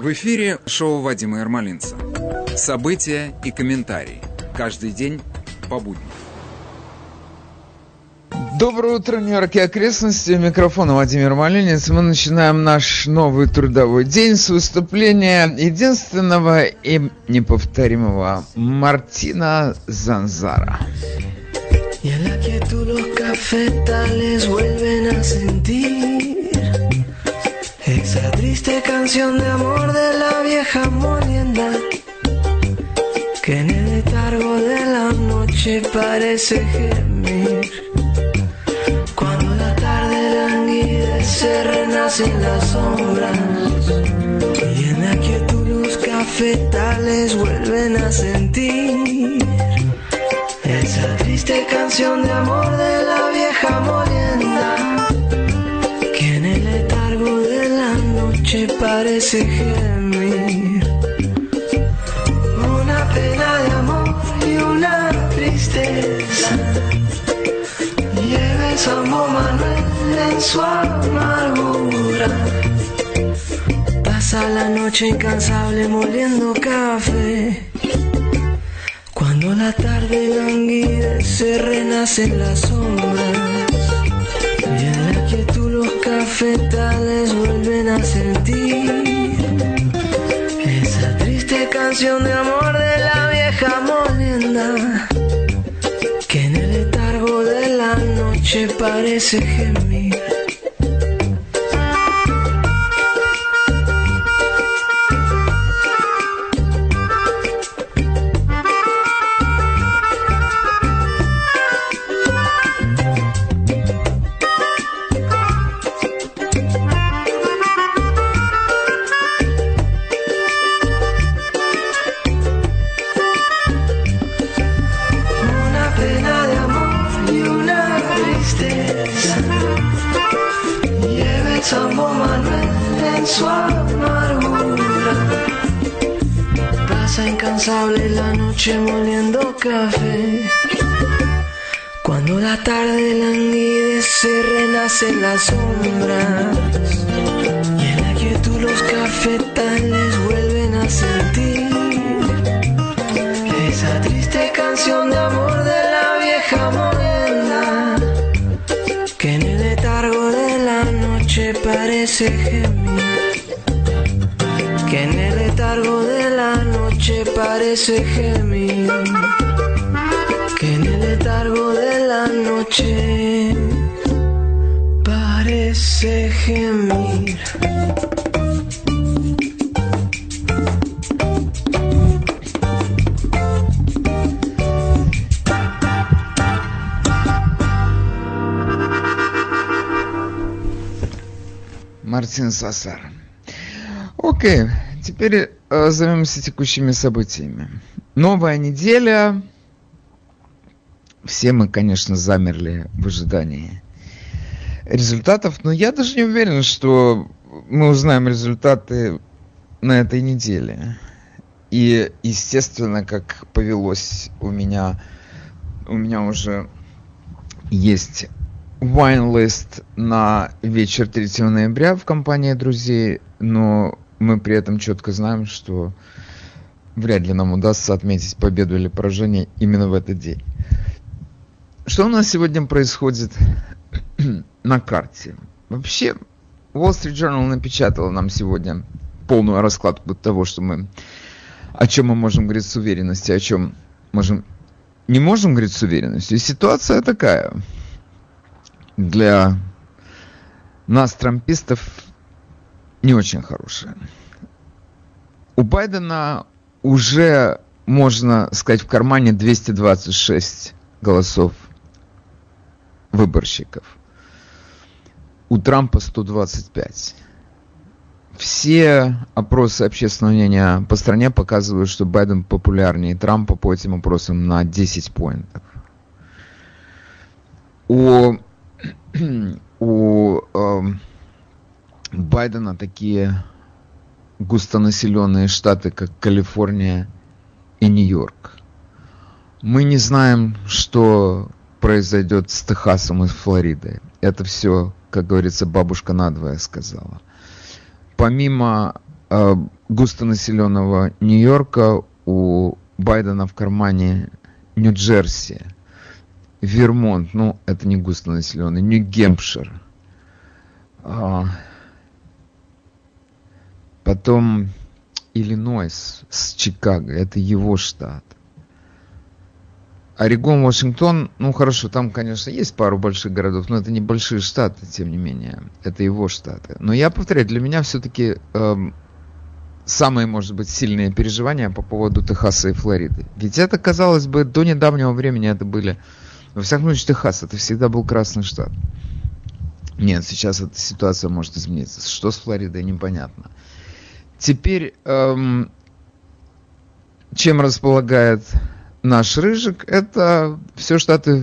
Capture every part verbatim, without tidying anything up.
В эфире шоу Вадима Ермолинца. События и комментарии. Каждый день по будням. Доброе утро, Нью-Йорк и окрестности. У микрофона Вадим Ермолинец. Мы начинаем наш новый трудовой день с выступления единственного и неповторимого Мартина Занзара. Y en la quietud los cafetales vuelven a sentir esa triste canción de amor de la vieja molienda que en el letargo de la noche parece gemir. Cuando la tarde languidece renacen las sombras y en la quietud los cafetales vuelven a sentir esa triste canción de amor de la vieja molienda que en el letargo de la noche parece gemir. Una pena de amor y una tristeza lleva el Sambo Manuel en su amargura. Pasa la noche incansable moliendo café. Cuando la tarde languidece renacen las sombras y en la quietud los cafetales vuelven a sentir esa triste canción de amor de la vieja molienda que en el letargo de la noche parece gemir. Sambo Manuel en su amargura. Pasa incansable la noche moliendo café. Cuando la tarde languidece renacen las sombras y en la quietud los cafetales vuelven a sentir esa triste canción de amor de la vieja molienda que en el letargo de la noche parece gemir, que en el letargo de la noche parece gemir, que en el letargo de la noche parece gemir. Мартин Занзар. Окей, теперь э, займемся текущими событиями. Новая неделя. Все мы, конечно, замерли в ожидании результатов, но я даже не уверен, что мы узнаем результаты на этой неделе. И, естественно, как повелось у меня, у меня уже есть wine-лист на вечер третьего ноября в компании друзей, но мы при этом четко знаем, что вряд ли нам удастся отметить победу или поражение именно в этот день. Что у нас сегодня происходит на карте? Вообще, Wall Street Journal напечатала нам сегодня полную раскладку того, что мы, о чем мы можем говорить с уверенностью, о чем можем, не можем говорить с уверенностью. И ситуация такая. Для нас, трампистов, не очень хорошая. У Байдена уже, можно сказать, в кармане двести двадцать шесть голосов выборщиков. У Трампа сто двадцать пять. Все опросы общественного мнения по стране показывают, что Байден популярнее Трампа по этим опросам на десять поинтов. У У э, Байдена такие густонаселенные штаты, как Калифорния и Нью-Йорк. Мы не знаем, что произойдет с Техасом и Флоридой. Это все, как говорится, бабушка надвое сказала. Помимо э, густонаселенного Нью-Йорка, у Байдена в кармане Нью-Джерси, Вермонт, ну, это не густонаселенный, Нью-Гемпшир. А, потом Иллинойс с Чикаго, это его штат. Орегон, Вашингтон, ну хорошо, там, конечно, есть пару больших городов, но это небольшие штаты, тем не менее. Это его штаты. Но я повторяю, для меня все-таки э, самые, может быть, сильные переживания по поводу Техаса и Флориды. Ведь это, казалось бы, до недавнего времени это были... Во всяком случае, Техас, это всегда был красный штат. Нет, сейчас эта ситуация может измениться. Что с Флоридой, непонятно. Теперь, эм, чем располагает... Наш Рыжик — это все штаты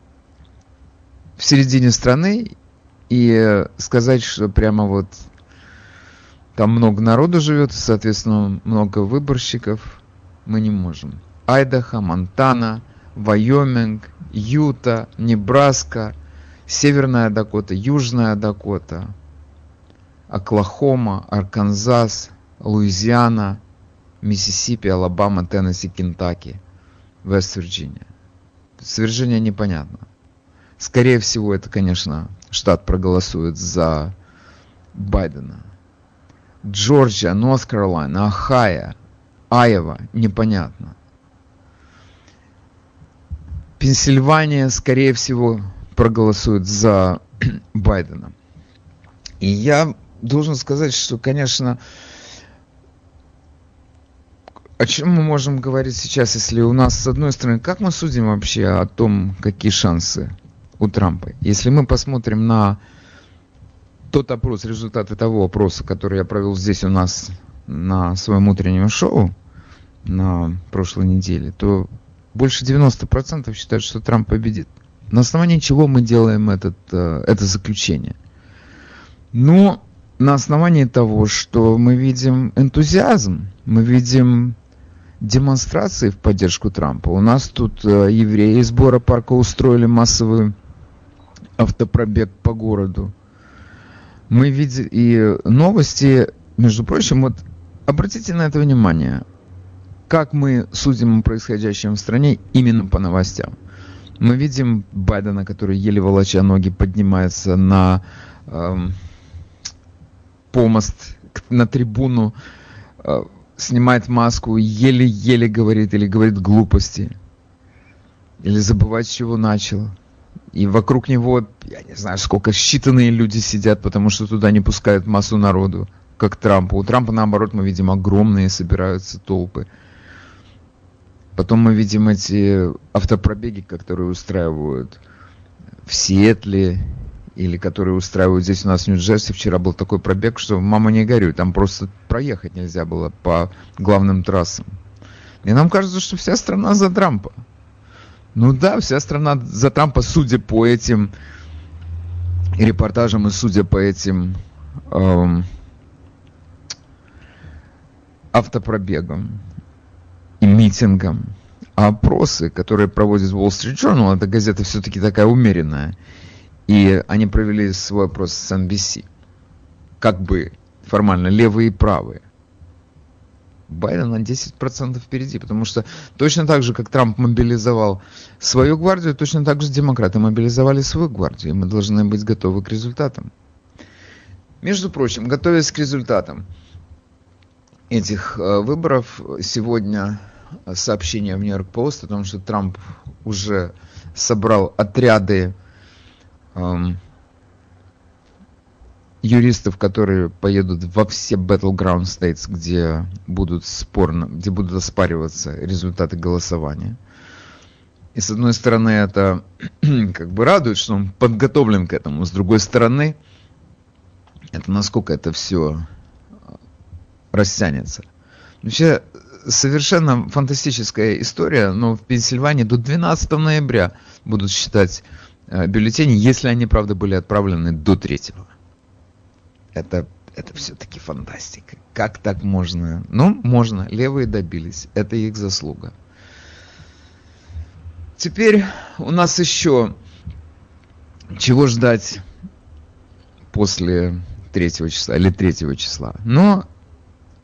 в середине страны, и сказать, что прямо вот там много народу живет, соответственно, много выборщиков, мы не можем. Айдахо, Монтана, Вайоминг, Юта, Небраска, Северная Дакота, Южная Дакота, Оклахома, Арканзас, Луизиана, Миссисипи, Алабама, Теннесси, Кентаки, Вест-Вирджиния. С Вирджинией непонятно. Скорее всего, это, конечно, штат проголосует за Байдена. Джорджия, Норт-Каролайна, Ohio, Айова, непонятно. Пенсильвания, скорее всего, проголосует за Байдена. И я должен сказать, что, конечно, о чем мы можем говорить сейчас, если у нас, с одной стороны, как мы судим вообще о том, какие шансы у Трампа? Если мы посмотрим на тот опрос, результаты того опроса, который я провел здесь у нас на своем утреннем шоу на прошлой неделе, то больше девяносто процентов считают, что Трамп победит. На основании чего мы делаем этот, это заключение? Ну, на основании того, что мы видим энтузиазм, мы видим демонстрации в поддержку Трампа. У нас тут э, евреи из Боро-парка устроили массовый автопробег по городу. Мы видим и новости, между прочим, вот обратите на это внимание, как мы судим о происходящем в стране именно по новостям. Мы видим Байдена, который еле волоча ноги поднимается на э, помост, на трибуну, э, снимает маску, еле-еле говорит или говорит глупости, или забывает, с чего начал. И вокруг него, я не знаю, сколько считанные люди сидят, потому что туда не пускают массу народу, как Трампа. У Трампа, наоборот, мы видим огромные собираются толпы. Потом мы видим эти автопробеги, которые устраивают в Сиэтле, или которые устраивают здесь у нас в Нью-Джерси. Вчера был такой пробег, что мама не горюй, там просто проехать нельзя было по главным трассам. И нам кажется, что вся страна за Трампа. Ну да, вся страна за Трампа, судя по этим репортажам и судя по этим эм, автопробегам и митингам. А опросы, которые проводит Wall Street Journal, эта газета все-таки такая умеренная, и они провели свой опрос с эн би си. Как бы формально левые и правые. Байден на десять процентов впереди, потому что точно так же, как Трамп мобилизовал свою гвардию, точно так же демократы мобилизовали свою гвардию, и мы должны быть готовы к результатам. Между прочим, готовясь к результатам этих э, выборов, сегодня сообщение в Нью-Йорк Пост о том, что Трамп уже собрал отряды эм, юристов, которые поедут во все battleground states, где будут спорно, где будут оспариваться результаты голосования. И с одной стороны, это как бы радует, что он подготовлен к этому. С другой стороны, это насколько это все растянется. Вообще, совершенно фантастическая история, но в Пенсильвании до двенадцатого ноября будут считать бюллетени, если они, правда, были отправлены до третьего. Это, это все-таки фантастика. Как так можно? Ну, можно. Левые добились. Это их заслуга. Теперь у нас еще чего ждать после третьего числа или третьего числа. Но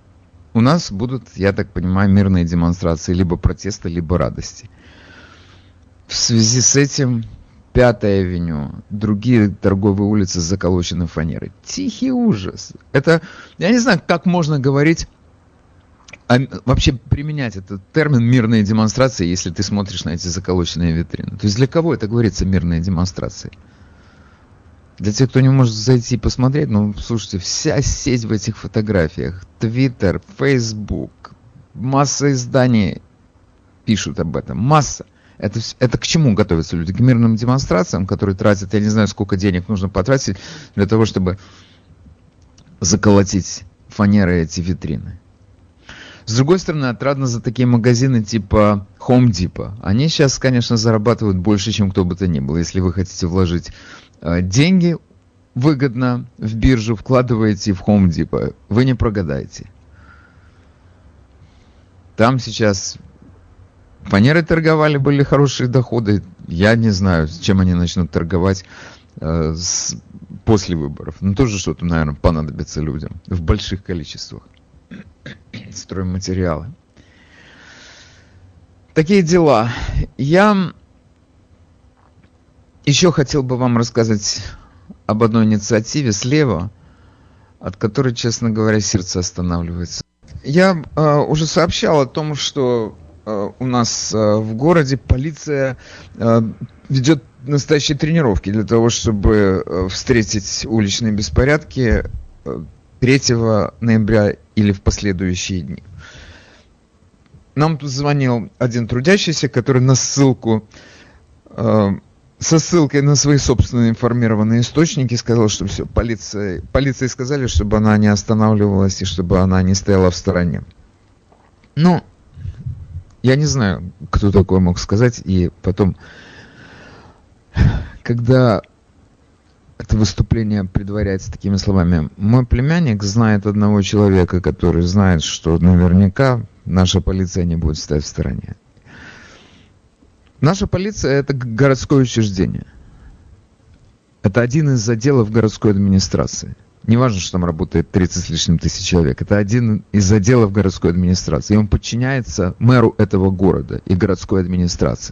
у нас будут, я так понимаю, мирные демонстрации либо протеста, либо радости. В связи с этим Пятая авеню, другие торговые улицы заколочены фанерой. Тихий ужас. Это, я не знаю, как можно говорить, а вообще применять этот термин «мирные демонстрации», если ты смотришь на эти заколоченные витрины. То есть для кого это говорится «мирные демонстрации»? Для тех, кто не может зайти и посмотреть, ну, слушайте, вся сеть в этих фотографиях, Твиттер, Фейсбук, масса изданий пишут об этом, масса. Это, это к чему готовятся люди? К мирным демонстрациям, которые тратят, я не знаю, сколько денег нужно потратить для того, чтобы заколотить фанерой эти витрины. С другой стороны, отрадно за такие магазины типа Home Depot. Они сейчас, конечно, зарабатывают больше, чем кто бы то ни был. Если вы хотите вложить э, деньги выгодно в биржу, вкладываете в Home Depot, вы не прогадаете. Там сейчас фанерой торговали, были хорошие доходы. Я не знаю, с чем они начнут торговать э, с, после выборов. Ну, тоже что-то, наверное, понадобится людям в больших количествах. Стройматериалы. Такие дела. Я еще хотел бы вам рассказать об одной инициативе слева, от которой, честно говоря, сердце останавливается. Я э, уже сообщал о том, что у нас в городе полиция ведет настоящие тренировки для того, чтобы встретить уличные беспорядки третьего ноября или в последующие дни. Нам тут звонил один трудящийся, который на ссылку, со ссылкой на свои собственные информированные источники сказал, что все, полиция, полиции сказали, чтобы она не останавливалась и чтобы она не стояла в стороне. Ну, я не знаю, кто такое мог сказать, и потом, когда это выступление предваряется такими словами, мой племянник знает одного человека, который знает, что наверняка наша полиция не будет стоять в стороне. Наша полиция – это городское учреждение. Это один из отделов городской администрации. Не важно, что там работает тридцать с лишним тысяч человек. Это один из отделов городской администрации. И он подчиняется мэру этого города и городской администрации.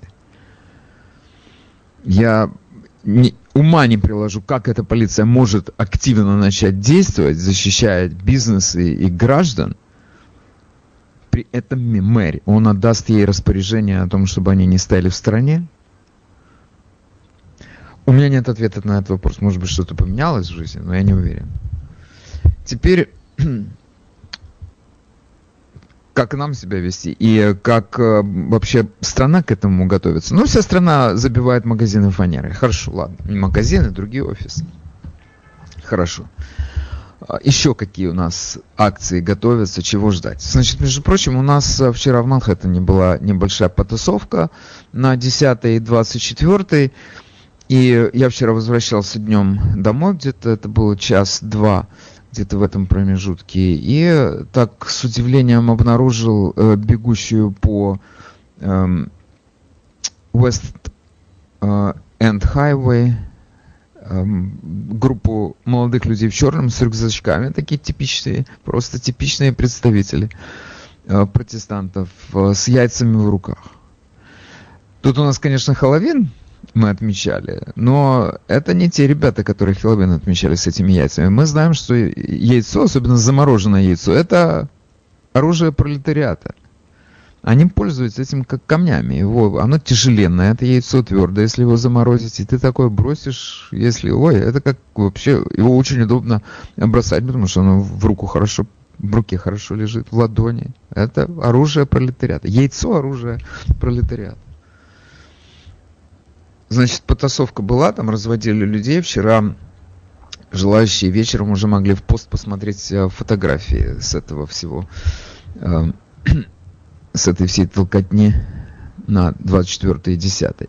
Я не, ума не приложу, как эта полиция может активно начать действовать, защищая бизнесы и граждан. При этом мэр, он отдаст ей распоряжение о том, чтобы они не стояли в стороне. У меня нет ответа на этот вопрос. Может быть, что-то поменялось в жизни, но я не уверен. Теперь, как нам себя вести и как э, вообще страна к этому готовится? Ну, вся страна забивает магазины фанерой. Хорошо, ладно. Не магазины, другие офисы. Хорошо. Еще какие у нас акции готовятся, чего ждать? Значит, между прочим, у нас вчера в Манхэттене была небольшая потасовка на десятое и двадцать четвёртое. И я вчера возвращался днем домой, где-то это было час-два, где-то в этом промежутке. И так с удивлением обнаружил э, бегущую по э, West э, End Highway э, группу молодых людей в черном с рюкзачками. Такие типичные, просто типичные представители э, протестантов э, с яйцами в руках. Тут у нас, конечно, Хэллоуин мы отмечали, но это не те ребята, которые Хэллоуин отмечали с этими яйцами. Мы знаем, что яйцо, особенно замороженное яйцо, это оружие пролетариата. Они пользуются этим как камнями. Его, оно тяжеленное, это яйцо твердое, если его заморозить, и ты такое бросишь, если... Ой, это как вообще... Его очень удобно бросать, потому что оно в руку хорошо, в руке хорошо лежит, в ладони. Это оружие пролетариата. Яйцо — оружие пролетариата. Значит, потасовка была, там разводили людей. Вчера желающие вечером уже могли в пост посмотреть фотографии с этого всего, э, с этой всей толкотни на двадцать четвёртое и десятое.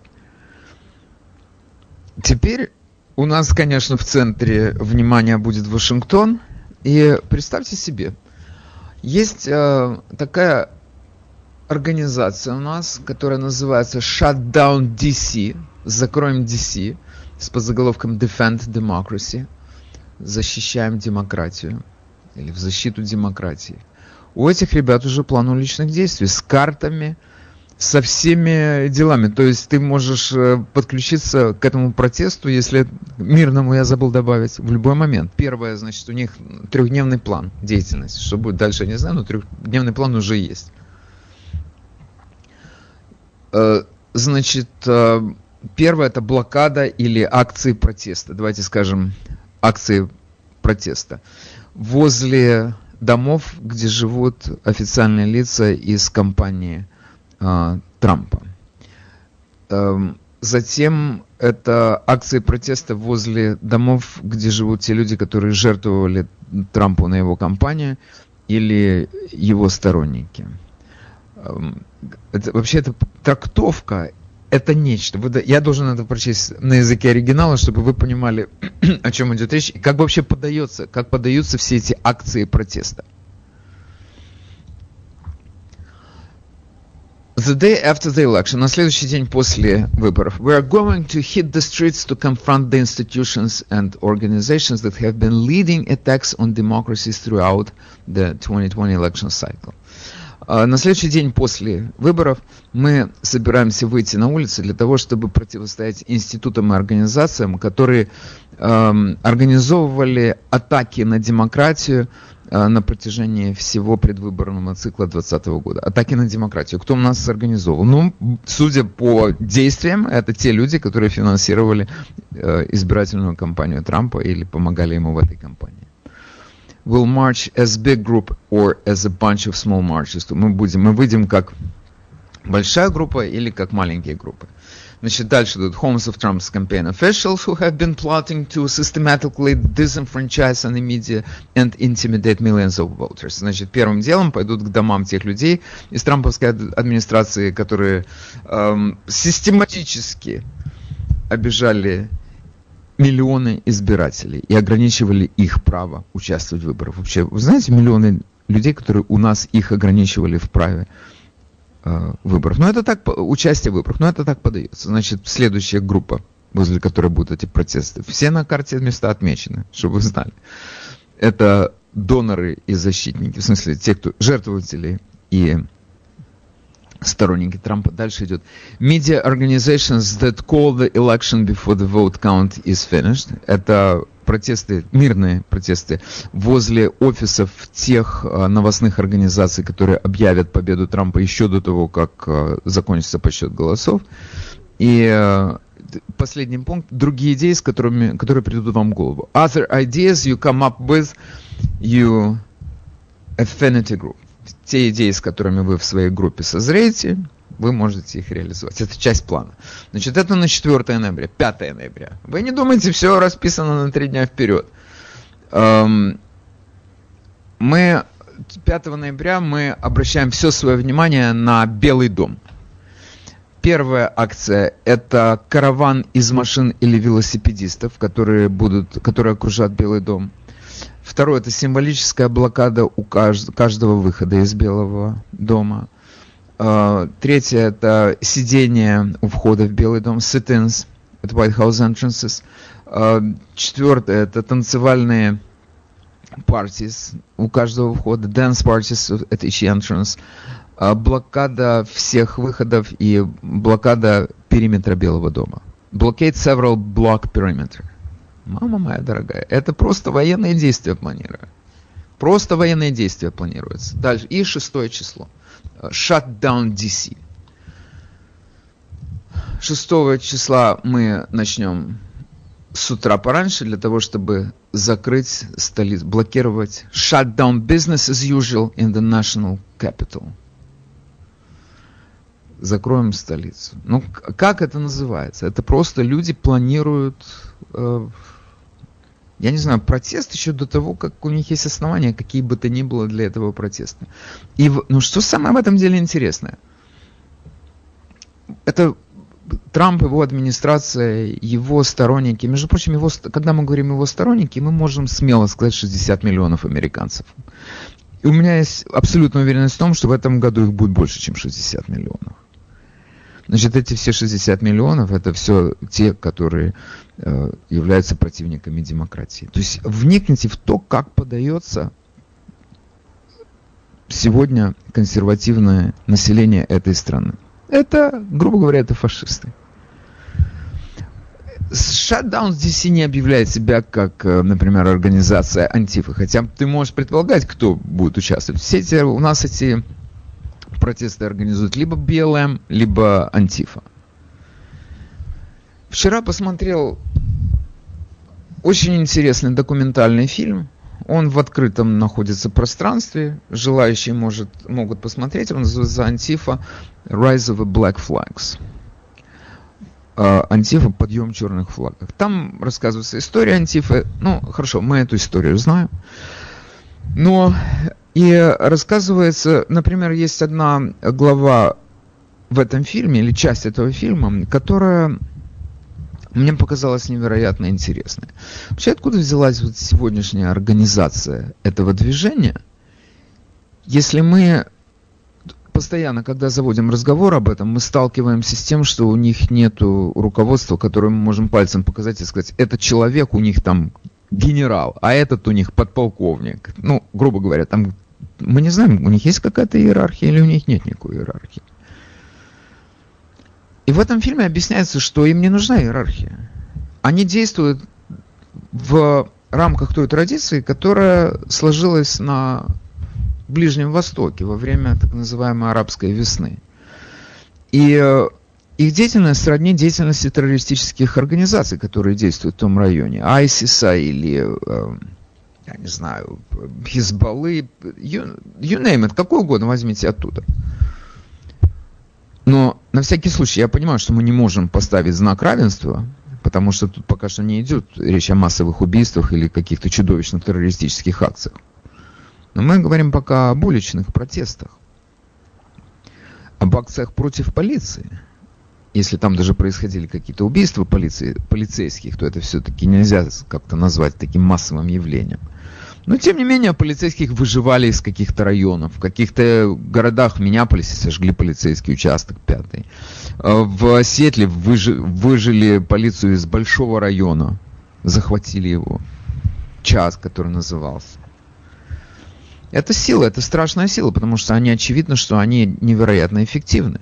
Теперь у нас, конечно, в центре внимания будет Вашингтон. И представьте себе, есть э, такая организация у нас, которая называется Shutdown ди си, закроем ди си, с подзаголовком Defend Democracy, защищаем демократию, или в защиту демократии. у этих ребят уже план уличных действий с картами, со всеми делами. То есть ты можешь подключиться к этому протесту, если мирному, я забыл добавить, в любой момент. Первое, значит, у них трехдневный план деятельности. Что будет дальше, я не знаю, но трехдневный план уже есть. Значит, первое — это блокада или акции протеста. Давайте скажем, акции протеста. Возле домов, где живут официальные лица из компании э, Трампа. Э, затем это акции протеста возле домов, где живут те люди, которые жертвовали Трампу на его кампанию, или его сторонники. Э, это, вообще, это трактовка. Это нечто. Я должен это прочесть на языке оригинала, чтобы вы понимали, о чем идет речь, и как вообще подается, как подаются все эти акции протеста. The day after the election, на следующий день после выборов, we are going to hit the streets to confront the institutions and organizations that have been leading attacks on democracies throughout the twenty twenty election cycle. На следующий день после выборов мы собираемся выйти на улицы для того, чтобы противостоять институтам и организациям, которые э, организовывали атаки на демократию э, на протяжении всего предвыборного цикла двадцатого года. Атаки на демократию. Кто у нас организовал? Ну, судя по действиям, это те люди, которые финансировали э, избирательную кампанию Трампа или помогали ему в этой кампании. Will march as big group or as a bunch of small marches. Мы будем, мы выйдем как большая группа или как маленькие группы. Значит, дальше идут homes of Trump's campaign officials who have been plotting to systematically disenfranchise the media and intimidate millions of voters. Значит, первым делом пойдут к домам тех людей из трамповской администрации, которые эм, систематически обижали миллионы избирателей и ограничивали их право участвовать в выборах. Вообще, вы знаете, миллионы людей, которые у нас их ограничивали в праве э, выборов. Но это так, участие в выборах, но это так подается. Значит, следующая группа, возле которой будут эти протесты. Все на карте места отмечены, чтобы вы знали. Это доноры и защитники, в смысле, те, кто жертвователи и сторонники Трампа. Дальше идет. Media organizations that call the election before the vote count is finished. Это протесты, мирные протесты возле офисов тех uh, новостных организаций, которые объявят победу Трампа еще до того, как uh, закончится подсчет голосов. И uh, последний пункт. Другие идеи, с которыми, которые придут вам в голову. Other ideas you come up with, you affinity group. Те идеи, с которыми вы в своей группе созреете, вы можете их реализовать. Это часть плана. Значит, это на четвёртое ноября, пятое ноября. Вы не думайте, все расписано на три дня вперед. Мы пятого ноября мы обращаем все свое внимание на Белый дом. Первая акция – это караван из машин или велосипедистов, которые будут, которые окружат Белый дом. Второе – это символическая блокада у кажд- каждого выхода из Белого дома. Uh, третье – это сидение у входа в Белый дом, sit-ins at White House entrances. Uh, четвертое – это танцевальные parties у каждого входа, dance parties at each entrance. Uh, блокада всех выходов и блокада периметра Белого дома. Blockade several block perimeter. Мама моя дорогая, это просто военные действия планируют. Просто военные действия планируются. Дальше. И шестое число. Shut down ди си. Шестого числа мы начнем с утра пораньше для того, чтобы закрыть столицу, блокировать. Shut down business as usual in the national capital. Закроем столицу. Ну, как это называется? Это просто люди планируют... Э, Я не знаю, протест еще до того, как у них есть основания, какие бы то ни было для этого протеста. И, ну, что самое в этом деле интересное? Это Трамп, его администрация, его сторонники. Между прочим, его, когда мы говорим его сторонники, мы можем смело сказать шестьдесят миллионов американцев. И у меня есть абсолютная уверенность в том, что в этом году их будет больше, чем шестьдесят миллионов. Значит, эти все шестьдесят миллионов, это все те, которые э, являются противниками демократии. То есть вникните в то, как подается сегодня консервативное население этой страны. Это, грубо говоря, это фашисты. Shutdown ди си не объявляет себя как, например, организация Антифы. Хотя ты можешь предполагать, кто будет участвовать. Все эти, у нас эти протесты организуют либо би эл эм, либо Антифа. Вчера посмотрел очень интересный документальный фильм. Он в открытом находится пространстве. Желающие может, могут посмотреть. Он называется «Антифа. Rise of the Black Flags». Антифа, подъем черных флагов. Там рассказывается история Антифы. Ну, хорошо, мы эту историю знаем. Но и рассказывается, например, есть одна глава в этом фильме, или часть этого фильма, которая мне показалась невероятно интересной. Вообще, откуда взялась вот сегодняшняя организация этого движения? Если мы постоянно, когда заводим разговор об этом, мы сталкиваемся с тем, что у них нет руководства, которое мы можем пальцем показать и сказать, этот человек у них там генерал, а этот у них подполковник. Ну, грубо говоря, там мы не знаем, у них есть какая-то иерархия или у них нет никакой иерархии. И в этом фильме объясняется, что им не нужна иерархия. Они действуют в рамках той традиции, которая сложилась на Ближнем Востоке во время так называемой арабской весны. И э, их деятельность сродни деятельности террористических организаций, которые действуют в том районе. Айсиса или, э, я не знаю, Хизбаллы, you, you name it, какой угодно возьмите оттуда. Но на всякий случай я понимаю, что мы не можем поставить знак равенства, потому что тут пока что не идет речь о массовых убийствах или каких-то чудовищных террористических акциях. Но мы говорим пока об уличных протестах, об акциях против полиции. Если там даже происходили какие-то убийства полиции, полицейских, то это все-таки нельзя как-то назвать таким массовым явлением. Но тем не менее полицейских выживали из каких-то районов. В каких-то городах в Миннеаполисе сожгли полицейский участок пятый. В Сиэтле выжи, выжили полицию из большого района, захватили его. Час, который назывался. Это сила, это страшная сила, потому что они, очевидно, что они невероятно эффективны.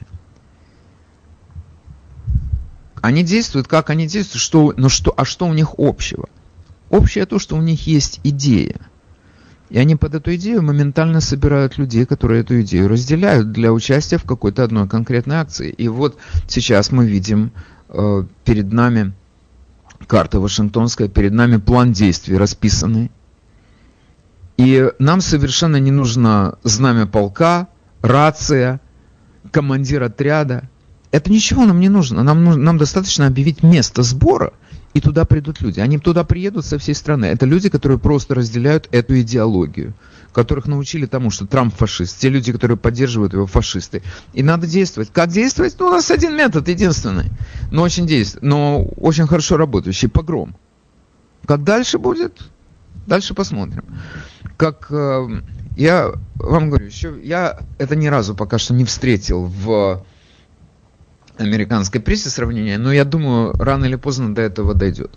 Они действуют, как они действуют, что, но что, а что у них общего? Общее то, что у них есть идея. И они под эту идею моментально собирают людей, которые эту идею разделяют для участия в какой-то одной конкретной акции. И вот сейчас мы видим э, перед нами карта Вашингтонская, перед нами план действий расписанный. И нам совершенно не нужно знамя полка, рация, командир отряда. Это ничего нам не нужно. Нам, нужно, нам достаточно объявить место сбора, и туда придут люди. Они туда приедут со всей страны. Это люди, которые просто разделяют эту идеологию, которых научили тому, что Трамп фашист. Те люди, которые поддерживают его, фашисты. И надо действовать. Как действовать? Ну, у нас один метод, единственный. Но очень действ... но очень хорошо работающий. Погром. Как дальше будет? Дальше посмотрим. Как э, я вам говорю, еще я это ни разу пока что не встретил в американской прессе сравнения, но я думаю, рано или поздно до этого дойдет.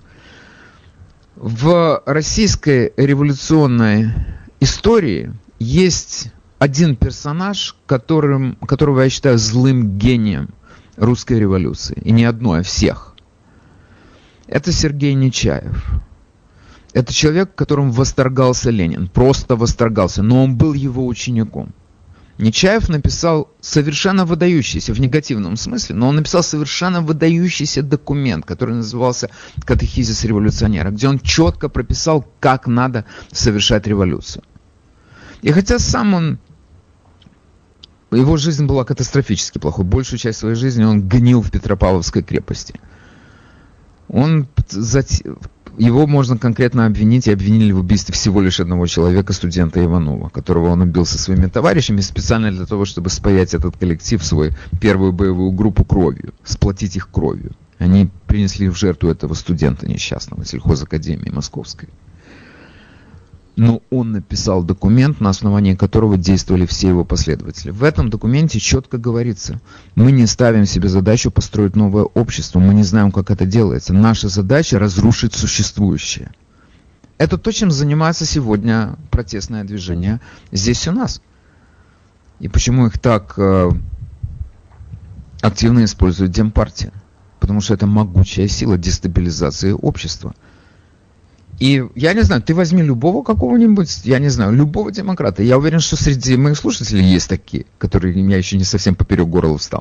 В российской революционной истории есть один персонаж, которым, которого я считаю злым гением русской революции. И не одной, а всех. Это Сергей Нечаев. Это человек, которым восторгался Ленин, просто восторгался, но он был его учеником. Нечаев написал совершенно выдающийся, в негативном смысле, но он написал совершенно выдающийся документ, который назывался «Катехизис революционера», где он четко прописал, как надо совершать революцию. И хотя сам он, его жизнь была катастрофически плохой, большую часть своей жизни он гнил в Петропавловской крепости. Он Его можно конкретно обвинить, и обвинили в убийстве всего лишь одного человека, студента Иванова, которого он убил со своими товарищами специально для того, чтобы спаять этот коллектив, свою первую боевую группу кровью, сплотить их кровью. Они принесли в жертву этого студента несчастного сельхозакадемии Московской. Но он написал документ, на основании которого действовали все его последователи. В этом документе четко говорится, мы не ставим себе задачу построить новое общество, мы не знаем, как это делается. Наша задача разрушить существующее. Это то, чем занимается сегодня протестное движение здесь у нас. И почему их так э, активно использует Демпартия? Потому что это могучая сила дестабилизации общества. И я не знаю, ты возьми любого какого-нибудь, я не знаю, любого демократа. Я уверен, что среди моих слушателей есть такие, которые я еще не совсем поперек горла встал.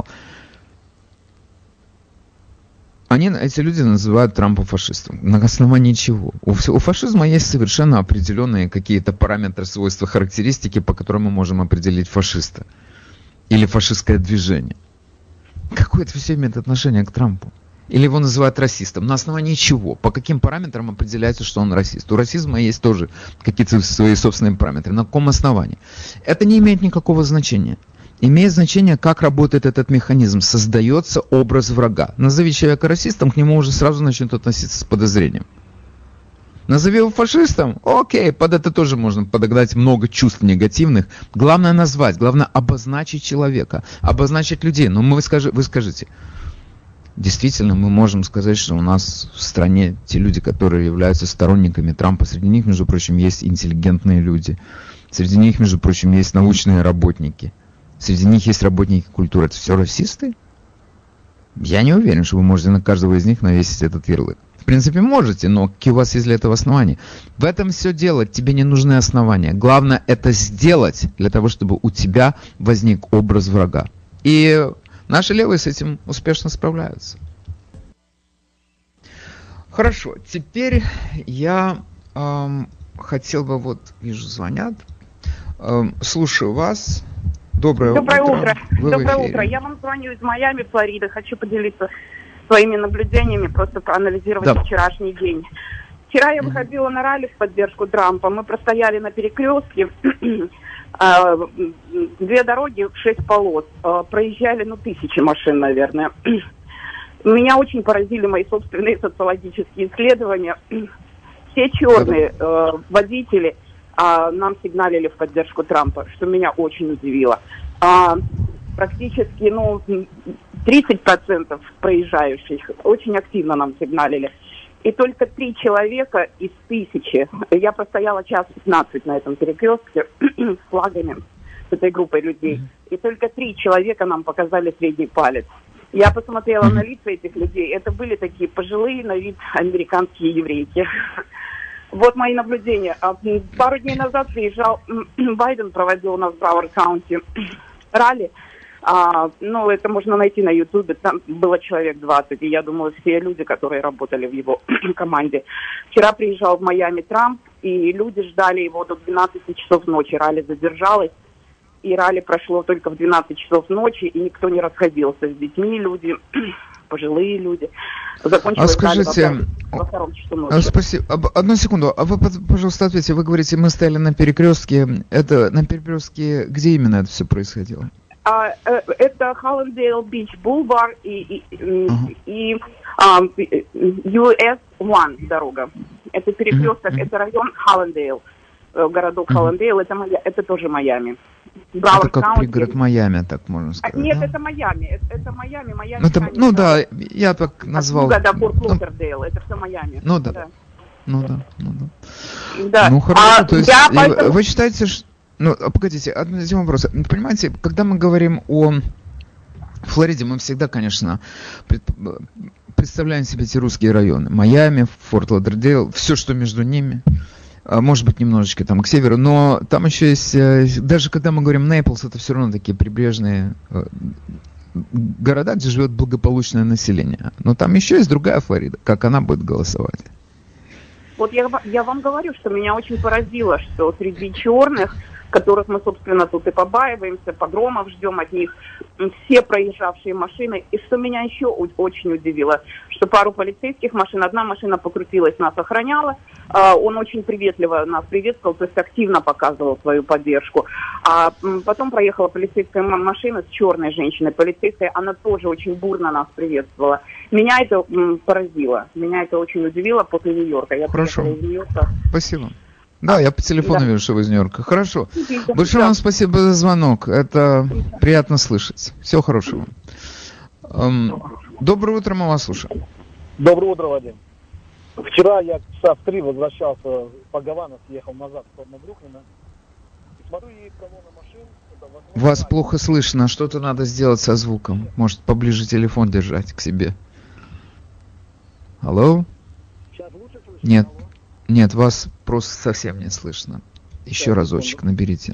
Они, эти люди называют Трампа фашистом. На основании чего? У, у фашизма есть совершенно определенные какие-то параметры, свойства, характеристики, по которым мы можем определить фашиста. Или фашистское движение. Какое это все имеет отношение к Трампу? Или его называют расистом. На основании чего? По каким параметрам определяется, что он расист? У расизма есть тоже какие-то свои собственные параметры. На каком основании? Это не имеет никакого значения. Имеет значение, как работает этот механизм. Создается образ врага. Назови человека расистом, к нему уже сразу начнут относиться с подозрением. Назови его фашистом, окей, под это тоже можно подогнать много чувств негативных. Главное назвать, главное обозначить человека, обозначить людей. Но мы, скажи, вы скажите, действительно, мы можем сказать, что у нас в стране те люди, которые являются сторонниками Трампа, среди них, между прочим, есть интеллигентные люди, среди них, между прочим, есть научные работники, среди них есть работники культуры. Это все расисты? Я не уверен, что вы можете на каждого из них навесить этот ярлык. В принципе, можете, но какие у вас есть для этого основания? В этом все дело, тебе не нужны основания. Главное это сделать для того, чтобы у тебя возник образ врага. И наши левые с этим успешно справляются. Хорошо, теперь я эм, хотел бы, вот вижу, звонят. Эм, слушаю вас. Доброе, Доброе утро. утро. Вы Доброе утро. Я вам звоню из Майами, Флориды. Хочу поделиться своими наблюдениями, просто проанализировать да. вчерашний день. Вчера я выходила на ралли в поддержку Трампа. Мы простояли на перекрестке. Две дороги, шесть полос. Проезжали, ну, тысячи машин, наверное. Меня очень поразили мои собственные социологические исследования. Все черные э, водители э, нам сигналили в поддержку Трампа, что меня очень удивило. А, практически, ну, тридцать процентов проезжающих очень активно нам сигналили. И только три человека из тысячи, я простояла час пятнадцать на этом перекрестке с флагами, с этой группой людей, и только три человека нам показали средний палец. Я посмотрела на лица этих людей, это были такие пожилые на вид американские еврейки. Вот мои наблюдения. Пару дней назад приезжал Байден, проводил у нас в Брауэр-Каунти ралли. А, ну, это можно найти на Ютубе, там было человек двадцать, и я думаю, все люди, которые работали в его команде. Вчера приезжал в Майами Трамп, и люди ждали его до двенадцати часов ночи, ралли задержалось, и ралли прошло только в двенадцать часов ночи, и никто не расходился, с детьми люди, пожилые люди. Закончилось а скажите, во втором часу ночи. Спасибо. Одну секунду, а вы, пожалуйста, ответьте, вы говорите, мы стояли на перекрестке, это на перекрестке, где именно это все происходило? Uh, это Hallandale Beach Boulevard и, и, uh-huh. и um, ю эс один дорога. Это перекресток, uh-huh. это район Hallandale, городок uh-huh. Hallandale, это, это тоже Майами. Брауэр это как Каунти. Пригород Майами, так можно сказать. Нет, да? это Майами, это, это Майами, Майами. Ну, это, ну да, я так назвал. Да, Форт Лодердейл, это все Майами. Ну да, да. ну да, ну да. да. Ну хорошо, а, то есть я, вы, поэтому... вы считаете, что... Ну, погодите, один вопрос. Понимаете, когда мы говорим о Флориде, мы всегда, конечно, пред... представляем себе эти русские районы. Майами, Форт Лодердейл, все, что между ними. Может быть, немножечко там к северу, но там еще есть... Даже когда мы говорим Нейплс, это все равно такие прибрежные города, где живет благополучное население. Но там еще есть другая Флорида. Как она будет голосовать? Вот я, я вам говорю, что меня очень поразило, что среди черных, которых мы, собственно, тут и побаиваемся, погромов ждем от них, все проезжавшие машины. И что меня еще очень удивило, что пару полицейских машин, одна машина покрутилась, нас охраняла, он очень приветливо нас приветствовал, то есть активно показывал свою поддержку. А потом проехала полицейская машина с черной женщиной, полицейская, она тоже очень бурно нас приветствовала. Меня это поразило, меня это очень удивило после Нью-Йорка. Я Хорошо, из Нью-Йорка. Спасибо. Да, я по телефону да. вижу, что вы из Нью-Йорка. Хорошо. Да. Большое да. вам спасибо за звонок. Это да. приятно слышать. Всего хорошего. Эм, доброе утро, мы вас слушаем. Доброе утро, Вадим. Вчера я часа в три возвращался по Гавана, съехал назад в сторону Бруклина. И смотрю, едет колонна машин, Вас плохо слышно, что-то надо сделать со звуком. Может, поближе телефон держать к себе. Алло? Нет, нет, вас просто совсем не слышно. Еще разочек наберите.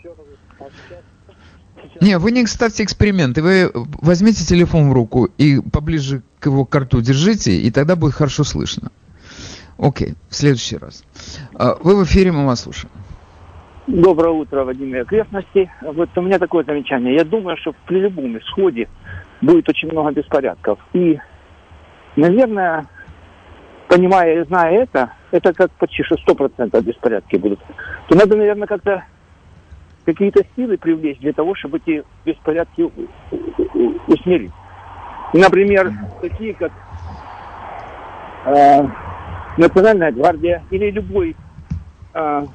Не, вы не ставьте эксперименты. Вы возьмите телефон в руку и поближе к его к рту держите, и тогда будет хорошо слышно. Окей, в следующий раз. Вы в эфире, мы вас слушаем. Доброе утро, Владимир Окрестности. Вот у меня такое замечание. Я думаю, что при любом исходе будет очень много беспорядков. И, наверное, понимая и зная это, это как почти сто процентов беспорядки будут, то надо, наверное, как-то какие-то силы привлечь для того, чтобы эти беспорядки усмирить. Например, такие как э, Национальная гвардия или любой э,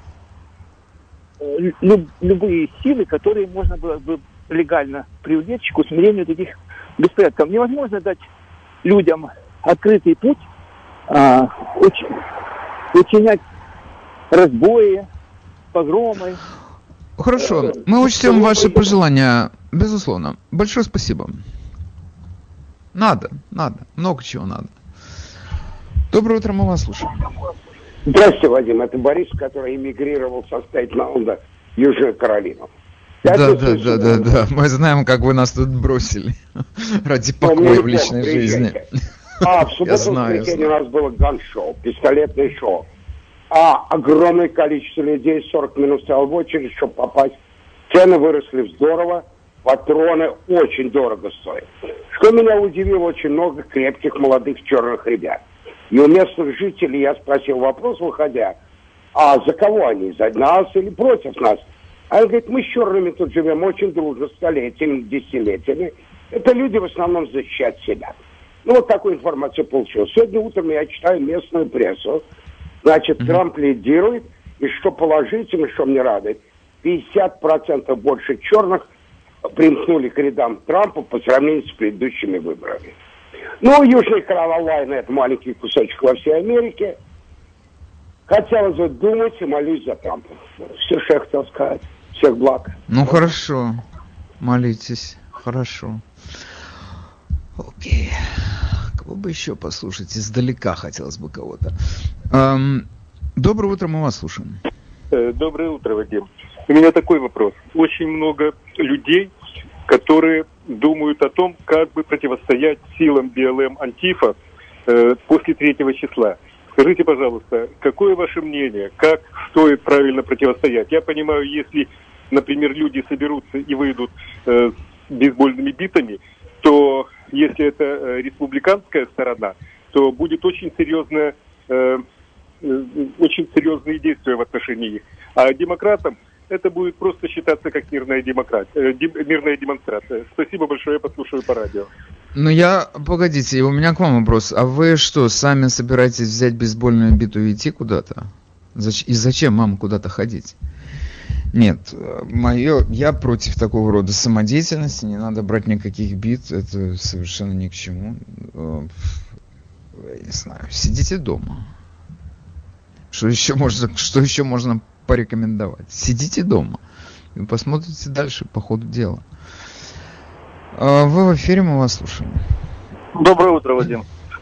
люб, любые силы, которые можно было бы легально привлечь к усмирению таких беспорядков. Невозможно дать людям открытый путь, э, уч, учинять разбои, погромы. Хорошо, мы учтем ваши пожелания, безусловно. Большое спасибо. Надо, надо, много чего надо. Доброе утро, мы вас слушаем. Здравствуйте, Вадим. Это Борис, который эмигрировал со Стейтен-Айленда в Южную Каролину. Да, да, да, да, да. Мы знаем, как вы нас тут бросили ради покоя в личной жизни. А в субботу воскресенье у нас было ган-шоу, пистолетное шоу. А огромное количество людей сорок минут стоял в очередь, чтобы попасть. Цены выросли здорово, патроны очень дорого стоят. Что меня удивило, очень много крепких молодых черных ребят. И у местных жителей я спросил вопрос, выходя, а за кого они, за нас или против нас? А он говорит, мы с черными тут живем очень дружно, столетиями, десятилетиями. Это люди в основном защищают себя. Ну, вот такую информацию получил. Сегодня утром я читаю местную прессу. Значит, mm-hmm. Трамп лидирует, и что положительно, что мне радует, пятьдесят процентов больше черных примкнули к рядам Трампа по сравнению с предыдущими выборами. Ну, Южная Каролина – это маленький кусочек во всей Америке. Хотелось бы думать и молюсь за Трампа. Все, что я хотел сказать. Всех благ. Ну, хорошо. Молитесь. Хорошо. Окей. Кого бы еще послушать? Издалека хотелось бы кого-то. Эм, доброе утро, мы вас слушаем. Доброе утро, Вадим. У меня такой вопрос. Очень много людей, которые думают о том, как бы противостоять силам бэ эл эм Антифа э, после третьего числа. Скажите, пожалуйста, какое ваше мнение, как стоит правильно противостоять? Я понимаю, если, например, люди соберутся и выйдут э, с бейсбольными битами, то если это э, республиканская сторона, то будет очень серьезное, э, э, очень серьезные действия в отношении их. А демократам это будет просто считаться как мирная демократия, э, дем, мирная демонстрация. Спасибо большое, я послушаю по радио. Ну я, погодите, у меня к вам вопрос. А вы что, сами собираетесь взять бейсбольную биту и идти куда-то? Зач- и зачем вам куда-то ходить? Нет, мое, я против такого рода самодеятельности, не надо брать никаких бит, это совершенно ни к чему. Я не знаю, сидите дома. Что еще можно, что еще можно порекомендовать? Сидите дома и посмотрите дальше по ходу дела. Вы в эфире, мы вас слушаем. Доброе утро, Вадим.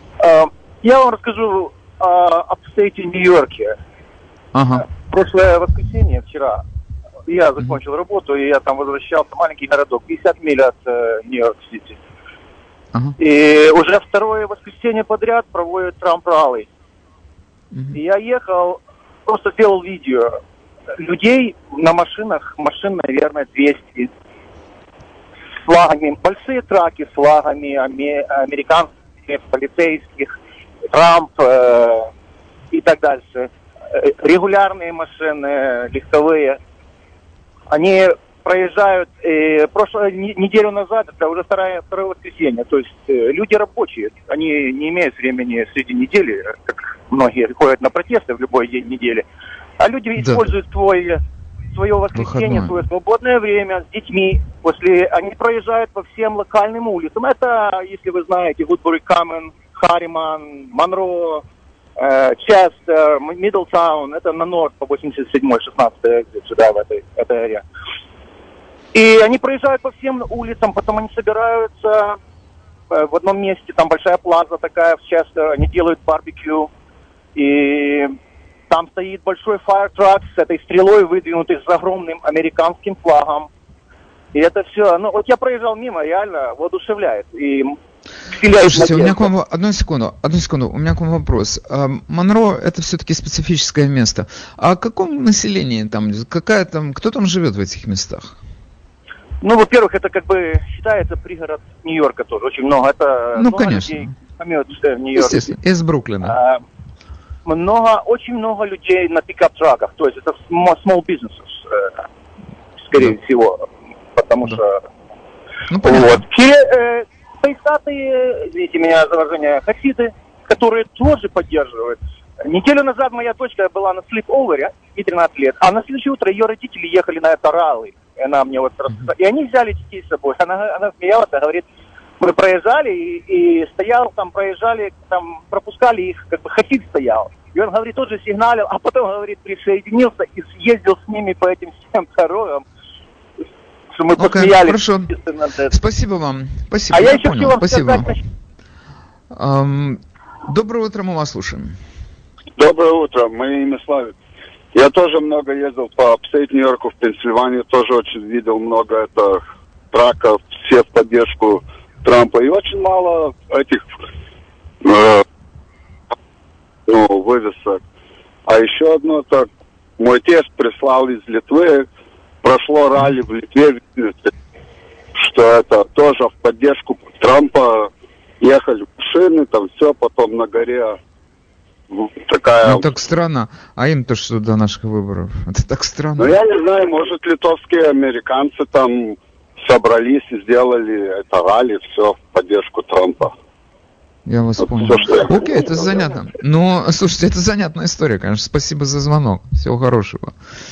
Я вам расскажу о апстейте Нью-Йорке. Ага. Прошлое воскресенье, вчера, я закончил mm-hmm. работу, и я там возвращался, маленький городок, пятьдесят миль от э, Нью-Йорк-Сити. Ага. И уже второе воскресенье подряд проводят Трамп-ралли. Mm-hmm. И я ехал, просто делал видео. Людей на машинах, машин, наверное, двести. С флагами, большие траки с флагами аме- американских, полицейских, Трамп э, и так дальше. Регулярные машины, легковые, они проезжают, э, прошлую неделю назад, это уже второе, второе воскресенье, то есть э, люди рабочие, они не имеют времени среди недели, как многие ходят на протесты в любой день недели, а люди да. используют свой, свое воскресенье, Выходной. свое свободное время с детьми, после они проезжают по всем локальным улицам, это, если вы знаете, Вудбери Камен, Харриман, Монро, Честер, Миддлтаун, это на норд по восемьдесят седьмой, шестнадцатый экзит сюда, в этой, этой аре. И они проезжают по всем улицам, потом они собираются в одном месте, там большая плаза такая, часто они делают барбекю, и там стоит большой фаер-трак с этой стрелой, выдвинутой с огромным американским флагом. И это все, ну вот я проезжал мимо, реально воодушевляет. И слушайте, у меня к вам, одну секунду, одну секунду, у меня к вам вопрос. Монро это все-таки специфическое место. А о каком населении там, какая там, кто там живет в этих местах? Ну, во-первых, это как бы считается пригород Нью-Йорка тоже. Очень много. Это ну, много конечно. людей помет в Нью-Йорке. Естественно, из Бруклина. А, много, очень много людей на пикап-траках. То есть это small businesses, скорее да. всего. Потому да. что... Ну, понятно. Вот. Те э, поискатые, извините меня за выражение, хасиды, которые тоже поддерживают. Неделю назад моя дочка была на слип-овере, ей тринадцать лет, а на следующее утро ее родители ехали на это ралли. И она мне вот рассказала. И они взяли детей с собой. Она, она смеялась, говорит, мы проезжали и, и стоял там, проезжали, там пропускали их, как бы хасид стоял. И он, говорит, тоже сигналил, а потом, говорит, присоединился и съездил с ними по этим всем дорогам. Что мы okay, посмеялись. Хорошо. Спасибо вам. Спасибо. А я, я еще понял. хотел Спасибо. сказать... Um, доброе утро, мы вас слушаем. Доброе утро, мое имя Славик. Я тоже много ездил по апстейт Нью-Йорку, в Пенсильванию, тоже очень видел много это траков, все в поддержку Трампа. И очень мало этих э, ну, вывесок. А еще одно, так, мой тесть прислал из Литвы, прошло ралли в Литве, что это тоже в поддержку Трампа, ехали машины, там все, потом на горе такая... Ну так странно, а им-то что до наших выборов? Это так странно. Ну я не знаю, может литовские американцы там собрались и сделали это ралли, все в поддержку Трампа. Я вас вот понял. Все, что я Окей, это занятно. Ну, слушайте, это занятная история, конечно. Спасибо за звонок. Всего хорошего.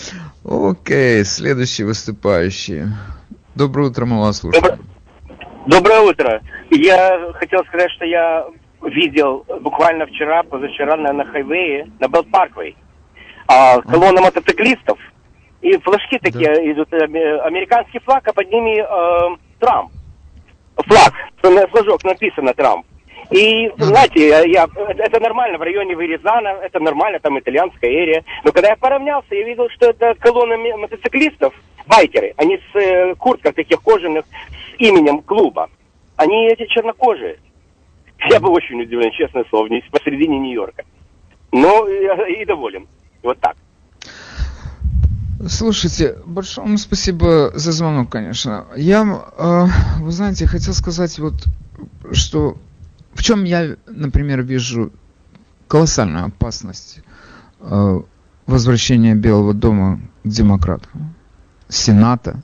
Окей, следующий выступающий. Доброе утро, мы вас слушаем. Доброе, Доброе утро. Я хотел сказать, что я видел буквально вчера, позавчера на, на хайвее, на Белт-Парквей, а, колонна мотоциклистов, и флажки такие да. идут, американский флаг, а под ними э, Трамп. Флаг, флажок написано Трамп. И, знаете, я, это нормально в районе Веризана, это нормально, там итальянская эрия. Но когда я поравнялся, я видел, что это колонна мотоциклистов, байкеры, они с э, куртках таких кожаных с именем клуба. Они эти чернокожие. Я был очень удивлен, честное слово, посередине Нью-Йорка. Ну, и, и доволен. Вот так. Слушайте, большое вам спасибо за звонок, конечно. Я, э, вы знаете, хотел сказать вот, что в чем я, например, вижу колоссальную опасность э, возвращения Белого дома к демократам, Сената.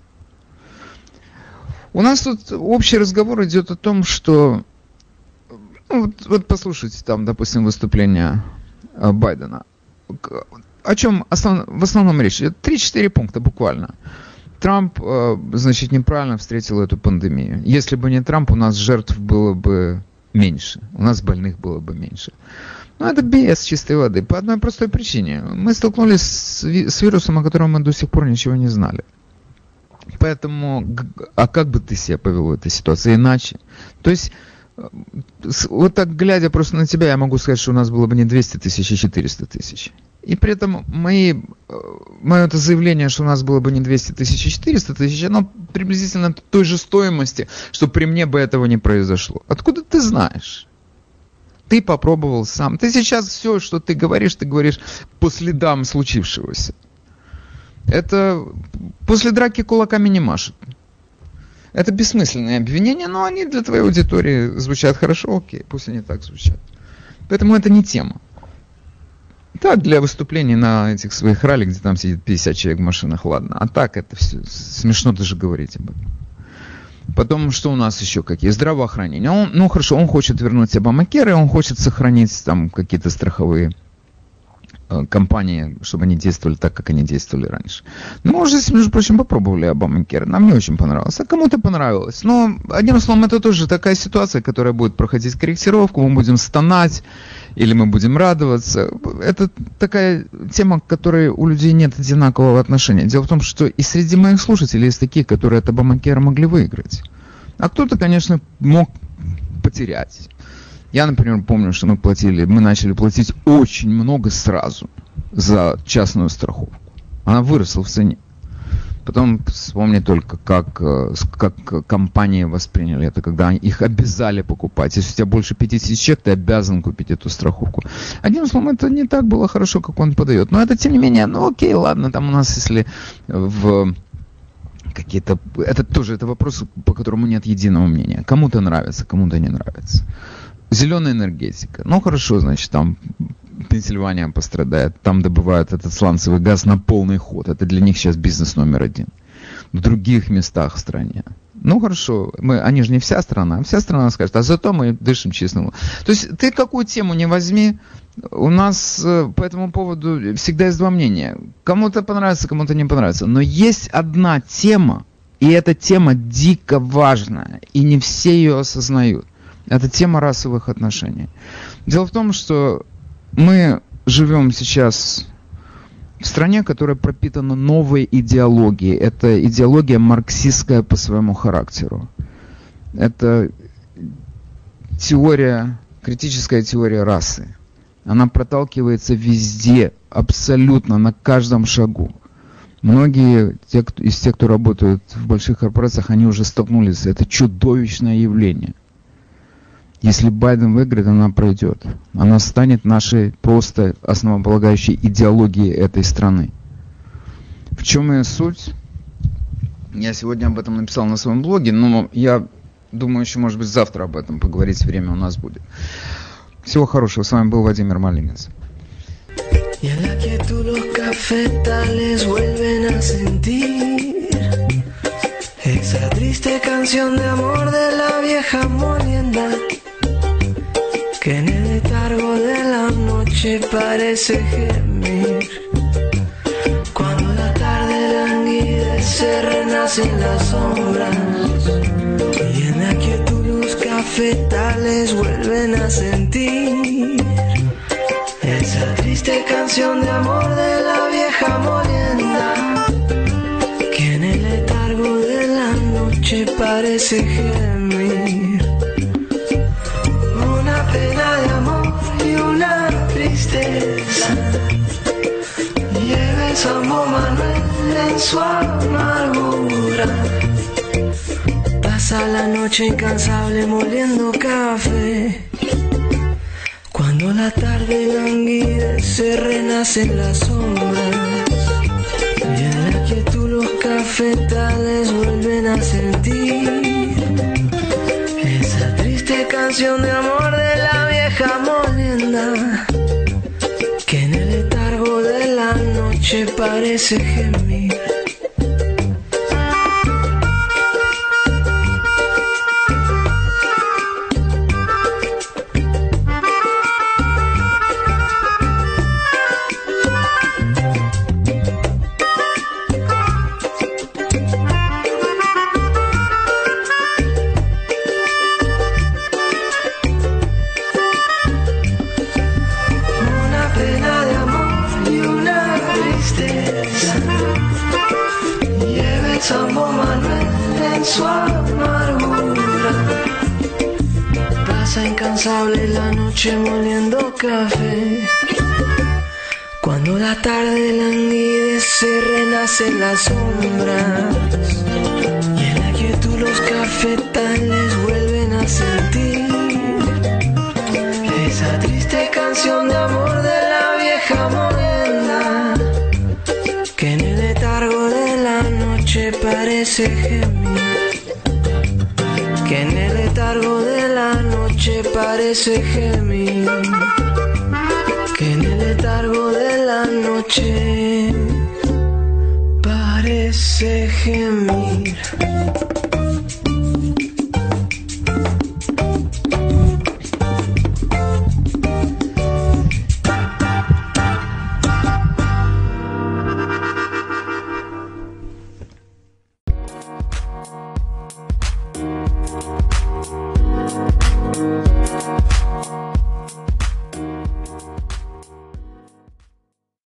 У нас тут общий разговор идет о том, что ну, вот, вот послушайте там, допустим, выступление э, Байдена. О чем основ, в основном речь? три-четыре пункта буквально. Трамп, э, значит, неправильно встретил эту пандемию. Если бы не Трамп, у нас жертв было бы меньше. У нас больных было бы меньше. Но это без чистой воды. По одной простой причине. Мы столкнулись с, с вирусом, о котором мы до сих пор ничего не знали. Поэтому, а как бы ты себя повел в этой ситуации иначе? То есть, вот так глядя просто на тебя, я могу сказать, что у нас было бы не двести тысяч, а четыреста тысяч. И при этом мои, мое это заявление, что у нас было бы не двести тысяч, а четыреста тысяч, оно приблизительно той же стоимости, что при мне бы этого не произошло. Откуда ты знаешь? Ты попробовал сам. Ты сейчас все, что ты говоришь, ты говоришь по следам случившегося. Это после драки кулаками не машут. Это бессмысленные обвинения, но они для твоей аудитории звучат хорошо, окей, пусть они так звучат. Поэтому это не тема. Так, для выступлений на этих своих ралли, где там сидит пятьдесят человек в машинах, ладно. А так это все смешно даже говорить об этом. Потом, что у нас еще какие? Здравоохранение. Он, ну хорошо, он хочет вернуть Обамакер, и он хочет сохранить там какие-то страховые компании, чтобы они действовали так, как они действовали раньше. Ну, мы уже, между прочим, попробовали Обамакер. Нам не очень понравилось. А кому-то понравилось. Но, одним словом, это тоже такая ситуация, которая будет проходить корректировку. Мы будем стонать или мы будем радоваться. Это такая тема, к которой у людей нет одинакового отношения. Дело в том, что и среди моих слушателей есть такие, которые от Обамакера могли выиграть. А кто-то, конечно, мог потерять. Я, например, помню, что мы платили, мы начали платить очень много сразу за частную страховку. Она выросла в цене. Потом вспомни только, как, как компании восприняли это, когда их обязали покупать. Если у тебя больше пятьдесят человек, ты обязан купить эту страховку. Одним словом, это не так было хорошо, как он подает. Но это, тем не менее, ну окей, ладно, там у нас, если в... какие-то... Это тоже это вопрос, по которому нет единого мнения. Кому-то нравится, кому-то не нравится. Зеленая энергетика. Ну хорошо, значит, там Пенсильвания пострадает. Там добывают этот сланцевый газ на полный ход. Это для них сейчас бизнес номер один. В других местах в стране. Ну хорошо, мы, они же не вся страна. Вся страна скажет, а зато мы дышим честным. То есть ты какую тему не возьми, у нас по этому поводу всегда есть два мнения. Кому-то понравится, кому-то не понравится. Но есть одна тема, и эта тема дико важная, и не все ее осознают. Это тема расовых отношений. Дело в том, что мы живем сейчас в стране, которая пропитана новой идеологией. Это идеология марксистская по своему характеру. Это теория, критическая теория расы. Она проталкивается везде, абсолютно, на каждом шагу. Многие те, кто, из тех, кто работают в больших корпорациях, они уже столкнулись с этим. Это чудовищное явление. Если Байден выиграет, она пройдет. Она станет нашей просто основополагающей идеологией этой страны. В чем ее суть? Я сегодня об этом написал на своем блоге, но я думаю, еще, может быть, завтра об этом поговорить, время у нас будет. Всего хорошего. С вами был Владимир Малинец. Esa triste canción de amor de la vieja molienda que en el letargo de la noche parece gemir. Cuando la tarde languidece renacen las sombras y en la quietud los cafetales vuelven a sentir esa triste canción de amor de la vieja molienda que en el letargo de la noche parece gemir. Una pena de amor y una tristeza lleva el Sambo Manuel en su amargura. Pasa la noche incansable moliendo café. Cuando la tarde languidece renacen las sombras y en la quietud los cafetales vuelven a sentir esa triste canción de amor de la vieja molienda que en el letargo de la noche parece gemir. La noche moliendo café. Cuando la tarde languidece renacen las sombras y en la quietud los cafetales vuelven a sentir esa triste canción de amor de la vieja molienda que en el letargo de la noche parece gemir. Que en el letargo de la noche parece gemir. Que en el letargo de la noche parece gemir.